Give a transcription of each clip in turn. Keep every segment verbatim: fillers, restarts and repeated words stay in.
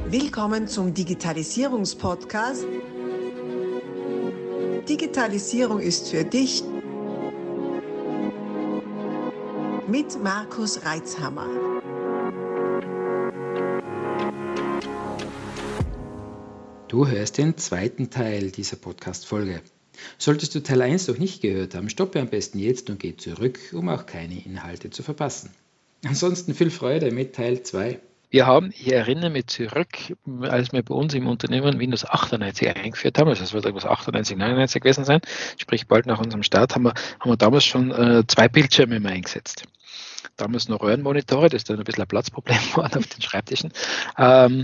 Willkommen zum Digitalisierungspodcast. Digitalisierung ist für dich mit Markus Reitzhammer. Du hörst den zweiten Teil dieser Podcast-Folge. Solltest du Teil eins noch nicht gehört haben, stoppe am besten jetzt und geh zurück, um auch keine Inhalte zu verpassen. Ansonsten viel Freude mit Teil zwei. Wir haben, ich erinnere mich zurück, als wir bei uns im Unternehmen Windows achtundneunzig eingeführt haben, also es wird irgendwas achtundneunzig, neunundneunzig gewesen sein, sprich bald nach unserem Start, haben wir, haben wir damals schon äh, zwei Bildschirme immer eingesetzt. Damals noch Röhrenmonitore, das ist dann ein bisschen ein Platzproblem geworden auf den Schreibtischen. Ähm,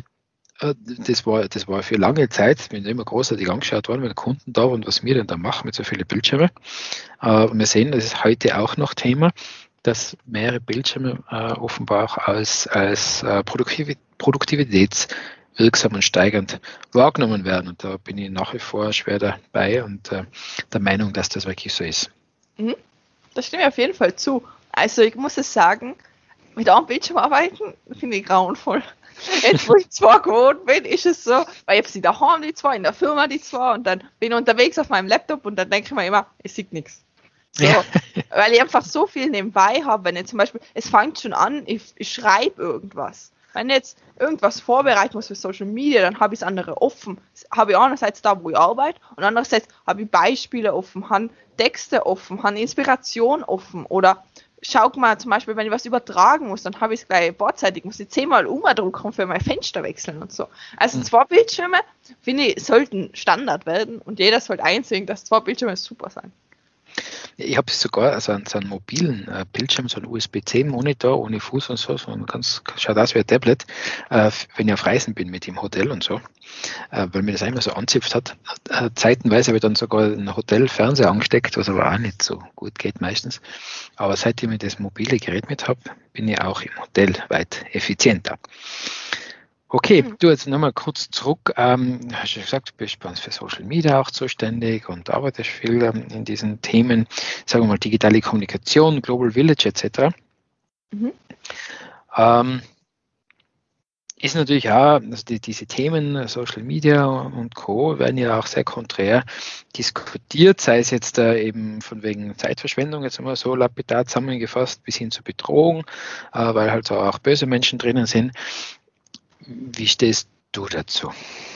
das war, das war für lange Zeit, bin immer großartig angeschaut worden, wenn Kunden da waren, was wir denn da machen mit so vielen Bildschirmen. Äh, wir sehen, das ist heute auch noch Thema, dass mehrere Bildschirme äh, offenbar auch als, als äh, Produktiv- produktivitätswirksam und steigernd wahrgenommen werden. Und da bin ich nach wie vor schwer dabei und äh, der Meinung, dass das wirklich so ist. Mhm. Das stimme ich auf jeden Fall zu. Also ich muss es sagen, mit einem Bildschirm arbeiten, finde ich grauenvoll. Jetzt, wo ich zwar gewohnt bin, ist es so, weil ich habe sie daheim die zwei, in der Firma die zwei und dann bin ich unterwegs auf meinem Laptop und dann denke ich mir immer, ich sehe nichts. So, ja. Weil ich einfach so viel nebenbei habe, wenn ich zum Beispiel, es fängt schon an, ich, ich schreibe irgendwas. Wenn ich jetzt irgendwas vorbereiten muss für Social Media, dann habe ich das andere offen. Habe ich einerseits da, wo ich arbeite und andererseits habe ich Beispiele offen, habe Texte offen, habe Inspiration offen oder schau mal zum Beispiel, wenn ich was übertragen muss, dann habe ich es gleich vorzeitig, muss ich zehnmal umdrucken für mein Fenster wechseln und so. Also zwei Bildschirme, finde ich, sollten Standard werden und jeder sollte einsehen, dass zwei Bildschirme super sein. Ich habe sogar also einen, so einen mobilen äh, Bildschirm, so einen U S B C Monitor ohne Fuß und so, so ganz, schaut aus wie ein Tablet, äh, wenn ich auf Reisen bin mit dem Hotel und so, äh, weil mir das einmal so anzipft hat. Äh, zeitenweise habe ich dann sogar einen Hotelfernseher angesteckt, was aber auch nicht so gut geht meistens. Aber seitdem ich das mobile Gerät mit habe, bin ich auch im Hotel weit effizienter. Okay, du jetzt nochmal kurz zurück. Ähm, hast du gesagt, du bist bei uns für Social Media auch zuständig und arbeitest viel ähm, in diesen Themen, sagen wir mal digitale Kommunikation, Global Village et cetera. Mhm. Ähm, ist natürlich auch, also die, diese Themen Social Media und Co. werden ja auch sehr konträr diskutiert, sei es jetzt äh, eben von wegen Zeitverschwendung, jetzt einmal so lapidar zusammengefasst, bis hin zur Bedrohung, äh, weil halt auch böse Menschen drinnen sind. Wie stehst du dazu?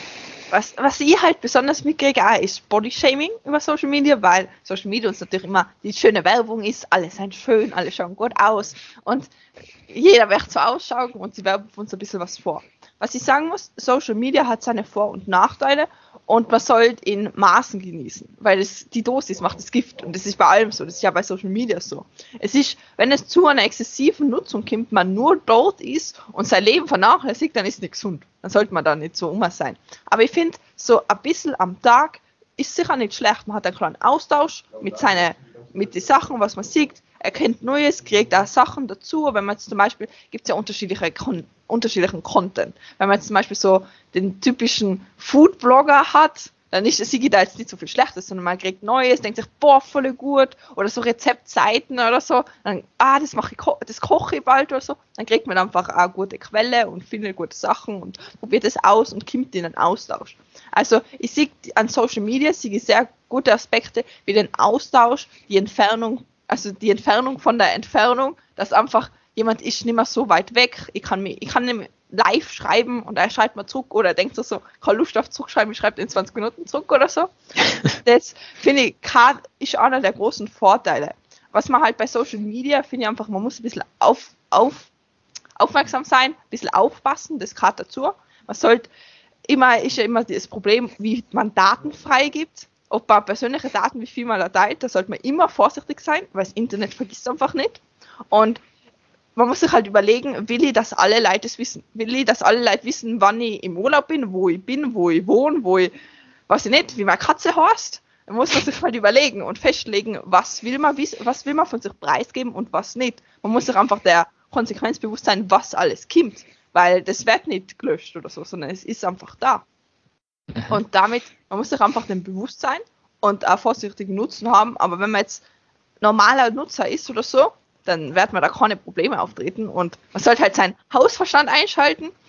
Was, was ich halt besonders mitkriege, auch ist Bodyshaming über Social Media, weil Social Media uns natürlich immer die schöne Werbung ist, alle sind schön, alle schauen gut aus und jeder wird so ausschauen und sie werben uns ein bisschen was vor. Was ich sagen muss, Social Media hat seine Vor- und Nachteile und man sollte in Maßen genießen, weil es, die Dosis macht das Gift und das ist bei allem so, das ist ja bei Social Media so. Es ist, wenn es zu einer exzessiven Nutzung kommt, man nur dort ist und sein Leben vernachlässigt, dann ist es nicht gesund. Dann sollte man da nicht so immer sein. Aber ich finde, so ein bisschen am Tag ist sicher nicht schlecht. Man hat einen kleinen Austausch mit seinen, mit den Sachen, was man sieht, erkennt Neues, kriegt auch Sachen dazu. Wenn man jetzt zum Beispiel, gibt es ja unterschiedliche Kon- unterschiedlichen Content. Wenn man jetzt zum Beispiel so den typischen Food-Blogger hat, dann ist es da jetzt nicht so viel Schlechtes, sondern man kriegt Neues, denkt sich, boah, voll gut, oder so Rezeptseiten oder so, dann, ah, das mache ich, ko- das koche ich bald oder so, dann kriegt man einfach eine gute Quelle und findet gute Sachen und probiert es aus und kommt in einen Austausch. Also ich sehe an Social Media sehe ich sehr gute Aspekte wie den Austausch, die Entfernung, also die Entfernung von der Entfernung, dass einfach jemand ist nicht mehr so weit weg, ich kann mich, ich kann nicht mehr live schreiben und er schreibt mal zurück oder er denkt so, so keine Lust auf zurückschreiben, ich schreibe in zwanzig Minuten zurück oder so. Das finde ich, ist einer der großen Vorteile. Was man halt bei Social Media, finde ich einfach, man muss ein bisschen auf, auf, aufmerksam sein, ein bisschen aufpassen, das gehört dazu. Man sollte immer, ist ja immer das Problem, wie man Daten freigibt, ob man persönliche Daten, wie viel man da teilt, da sollte man immer vorsichtig sein, weil das Internet vergisst einfach nicht. Und man muss sich halt überlegen, will ich, dass alle Leute es wissen? Will ich, dass alle Leute wissen, wann ich im Urlaub bin, wo ich bin, wo ich wohne, wo ich, weiß ich nicht, wie meine Katze heißt? Da muss man sich halt überlegen und festlegen, was will man wissen, was will man von sich preisgeben und was nicht. Man muss sich einfach der Konsequenz bewusst sein, was alles kommt, weil das wird nicht gelöscht oder so, sondern es ist einfach da. Mhm. Und damit, man muss sich einfach dem bewusst sein und auch vorsichtigen Nutzen haben, aber wenn man jetzt normaler Nutzer ist oder so, dann wird man da keine Probleme auftreten und man sollte halt seinen Hausverstand einschalten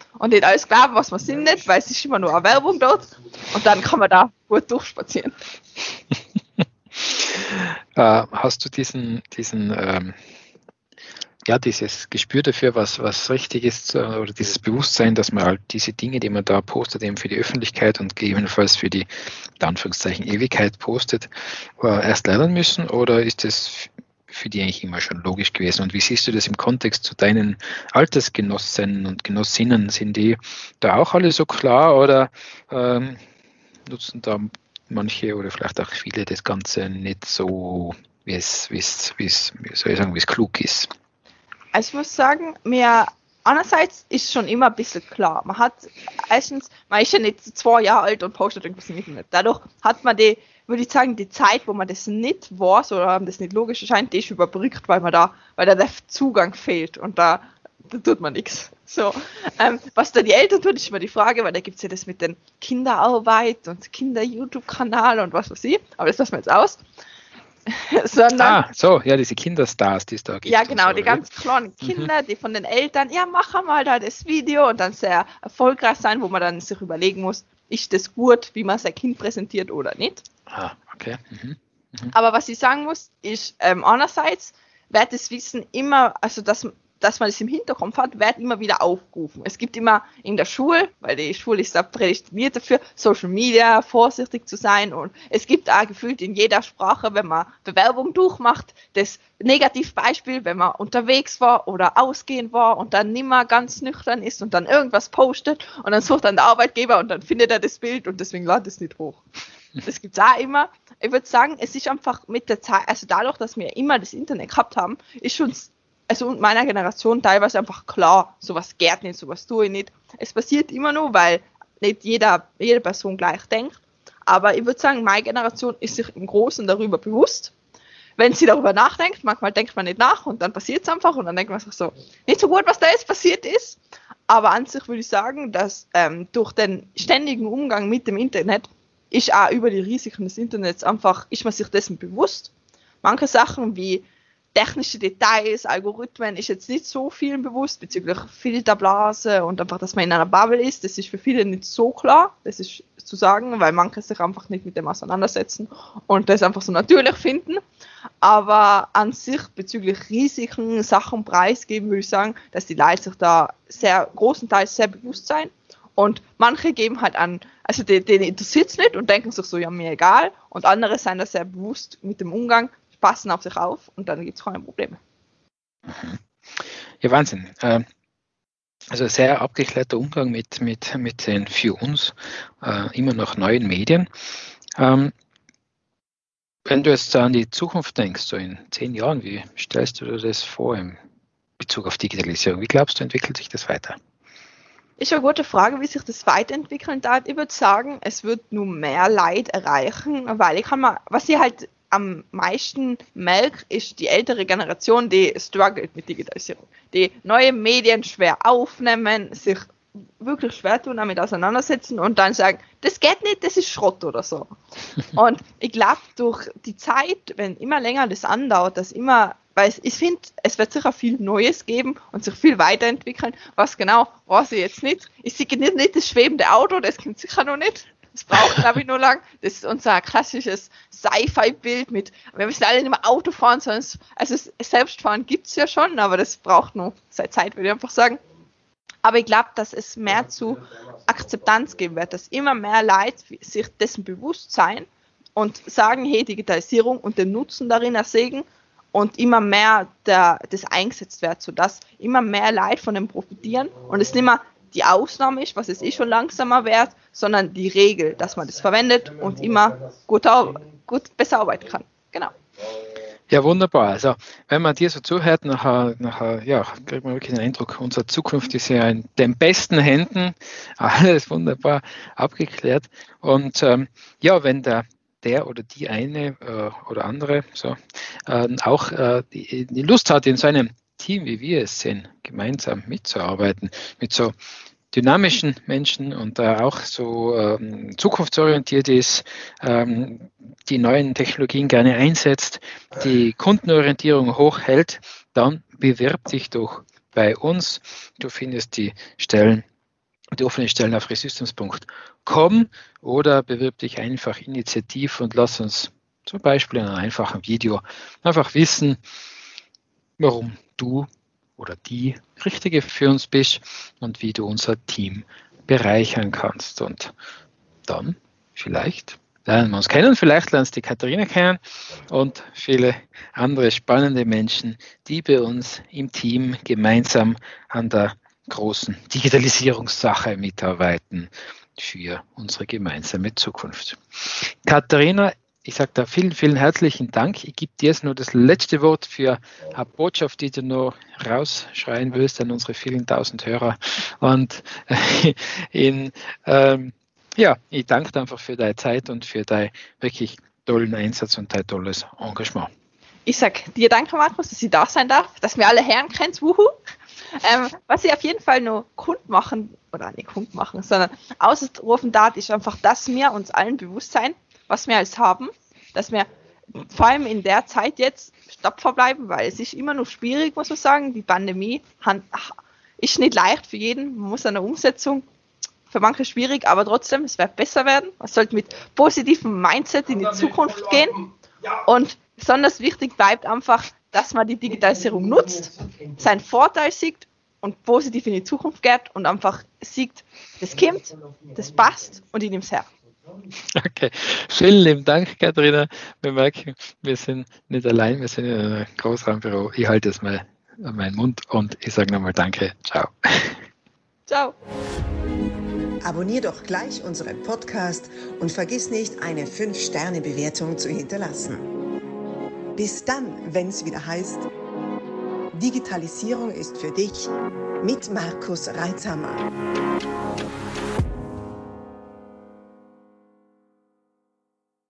und nicht alles glauben, was man sind nicht, weil es ist immer nur eine Werbung dort und dann kann man da gut durchspazieren. äh, hast du diesen, diesen ähm, ja, dieses Gespür dafür, was, was richtig ist, oder dieses Bewusstsein, dass man halt diese Dinge, die man da postet, eben für die Öffentlichkeit und gegebenenfalls für die, in Anführungszeichen, Ewigkeit postet, erst lernen müssen, oder ist das für die eigentlich immer schon logisch gewesen? Und wie siehst du das im Kontext zu deinen Altersgenossinnen und Genossinnen? Sind die da auch alle so klar, oder ähm, nutzen da manche oder vielleicht auch viele das Ganze nicht so, wie es, wie es, wie es, wie soll ich sagen, wie es klug ist? Also ich muss sagen, mir einerseits ist schon immer ein bisschen klar. Man hat erstens, man ist ja nicht zwei Jahre alt und postet irgendwas im Internet. Dadurch hat man die, würde ich sagen, die Zeit, wo man das nicht weiß oder das nicht logisch erscheint, die ist überbrückt, weil man da, weil da der Zugang fehlt und da, da tut man nichts. So, ähm, was da die Eltern tun, ist immer die Frage, weil da gibt es ja das mit den Kinderarbeit und Kinder-YouTube-Kanal und was weiß ich, aber das lassen wir jetzt aus. Sondern, ah, so, ja, diese Kinderstars, die es da gibt. Ja, genau, so, die ganz kleinen Kinder, mhm. die von den Eltern, ja, mach mal da das Video und dann sehr erfolgreich sein, wo man dann sich überlegen muss, ist das gut, wie man sein Kind präsentiert oder nicht. Ah, okay. Mhm. Mhm. Aber was ich sagen muss, ist, ähm, einerseits wird das Wissen immer, also dass, dass man es im Hinterkopf hat, wird immer wieder aufgerufen. Es gibt immer in der Schule, weil die Schule ist da prädestiniert dafür, Social Media, vorsichtig zu sein, und es gibt auch gefühlt in jeder Sprache, wenn man Bewerbung durchmacht, das Negativbeispiel, wenn man unterwegs war oder ausgehen war und dann nimmer ganz nüchtern ist und dann irgendwas postet und dann sucht dann der Arbeitgeber und dann findet er das Bild und deswegen ladet es nicht hoch. Das gibt's auch immer. Ich würde sagen, es ist einfach mit der Zeit, also dadurch, dass wir immer das Internet gehabt haben, ist schon, also und meiner Generation teilweise einfach klar, sowas geht nicht, sowas tue ich nicht. Es passiert immer nur, weil nicht jeder, jede Person gleich denkt. Aber ich würde sagen, meine Generation ist sich im Großen darüber bewusst. Wenn sie darüber nachdenkt, manchmal denkt man nicht nach und dann passiert es einfach und dann denkt man sich so, nicht so gut, was da jetzt passiert ist. Aber an sich würde ich sagen, dass ähm, durch den ständigen Umgang mit dem Internet ist auch über die Risiken des Internets einfach, ist man sich dessen bewusst. Manche Sachen wie technische Details, Algorithmen ist jetzt nicht so vielen bewusst, bezüglich Filterblase und einfach, dass man in einer Bubble ist, das ist für viele nicht so klar, das ist zu sagen, weil manche sich einfach nicht mit dem auseinandersetzen und das einfach so natürlich finden. Aber an sich bezüglich Risiken, Sachen preisgeben, würde ich sagen, dass die Leute sich da sehr großenteils sehr bewusst sein. Und manche geben halt an, also denen interessiert es nicht und denken sich so, ja, mir egal. Und andere sind da sehr bewusst mit dem Umgang, passen auf sich auf und dann gibt es keine Probleme. Ja, Wahnsinn. Also sehr abgeklärter Umgang mit, mit, mit den für uns äh, immer noch neuen Medien. Ähm, wenn du jetzt an die Zukunft denkst, so in zehn Jahren, wie stellst du dir das vor im Bezug auf Digitalisierung? Wie glaubst du, entwickelt sich das weiter? Ist eine gute Frage, wie sich das weiterentwickeln darf. Ich würde sagen, es wird nur mehr Leid erreichen, weil ich kann mal, was ich halt am meisten merke, ist die ältere Generation, die struggelt mit Digitalisierung. Die neue Medien schwer aufnehmen, sich wirklich schwer tun, damit auseinandersetzen und dann sagen, das geht nicht, das ist Schrott oder so. Und ich glaube, durch die Zeit, wenn immer länger das andauert, dass immer, weil ich finde, es wird sicher viel Neues geben und sich viel weiterentwickeln. Was genau, weiß ich jetzt nicht. Ich sehe nicht, nicht das schwebende Auto, das kommt sicher noch nicht. Das braucht, glaube ich, nur lang. Das ist unser klassisches Sci-Fi-Bild mit, wir müssen alle nicht mehr Auto fahren, sondern es, also Selbstfahren gibt es ja schon, aber das braucht noch seit Zeit, würde ich einfach sagen. Aber ich glaube, dass es mehr zu Akzeptanz geben wird, dass immer mehr Leute sich dessen bewusst sein und sagen, hey, Digitalisierung und den Nutzen darin ersehen und immer mehr der, das eingesetzt wird, sodass immer mehr Leute von dem profitieren und es nicht mehr die Ausnahme ist, was es eh schon langsamer wird, sondern die Regel, dass man das verwendet und immer gut, gut besser arbeiten kann. Genau. Ja, wunderbar. Also, wenn man dir so zuhört, nachher, nachher ja, kriegt man wirklich den Eindruck, unsere Zukunft ist ja in den besten Händen. Alles wunderbar abgeklärt. Und ähm, ja, wenn der der oder die eine äh, oder andere so äh, auch äh, die, die Lust hat, in so einem Team, wie wir es sind, gemeinsam mitzuarbeiten, mit so dynamischen Menschen und äh, auch so ähm, zukunftsorientiert ist, ähm, die neuen Technologien gerne einsetzt, die Kundenorientierung hochhält, dann bewirb dich doch bei uns. Du findest die Stellen die offenen Stellen auf resystems punkt com oder bewirb dich einfach initiativ und lass uns zum Beispiel in einem einfachen Video einfach wissen, warum du oder die Richtige für uns bist und wie du unser Team bereichern kannst. Und dann vielleicht lernen wir uns kennen, vielleicht lernst du die Katharina kennen und viele andere spannende Menschen, die bei uns im Team gemeinsam an der großen Digitalisierungssache mitarbeiten für unsere gemeinsame Zukunft. Katharina, ich sage da vielen, vielen herzlichen Dank. Ich gebe dir jetzt nur das letzte Wort für eine Botschaft, die du noch rausschreien willst an unsere vielen tausend Hörer. Und in, ähm, ja, ich danke dir einfach für deine Zeit und für deinen wirklich tollen Einsatz und dein tolles Engagement. Ich sage dir danke, Markus, dass ich da sein darf, dass wir alle hören können. Wuhu. Ähm, was ich auf jeden Fall noch kund machen, oder nicht kund machen, sondern ausrufen darf, ist einfach, dass wir uns allen bewusst sein, was wir alles haben, dass wir vor allem in der Zeit jetzt tapfer bleiben, weil es ist immer noch schwierig, muss man sagen. Die Pandemie ist nicht leicht für jeden, man muss eine Umsetzung, für manche schwierig, aber trotzdem, es wird besser werden. Man sollte mit positivem Mindset in die Zukunft gehen und besonders wichtig bleibt einfach, dass man die Digitalisierung nutzt, seinen Vorteil sieht und positiv in die Zukunft geht und einfach sieht, das kommt, das passt und ich nehme es her. Okay, vielen lieben Dank, Katharina. Wir merken, wir sind nicht allein, wir sind in einem Großraumbüro. Ich halte jetzt mal meinen Mund und ich sage nochmal Danke. Ciao. Ciao. Abonnier doch gleich unseren Podcast und vergiss nicht, eine fünf Sterne Bewertung zu hinterlassen. Bis dann, wenn es wieder heißt, Digitalisierung ist für dich mit Markus Reitzhammer.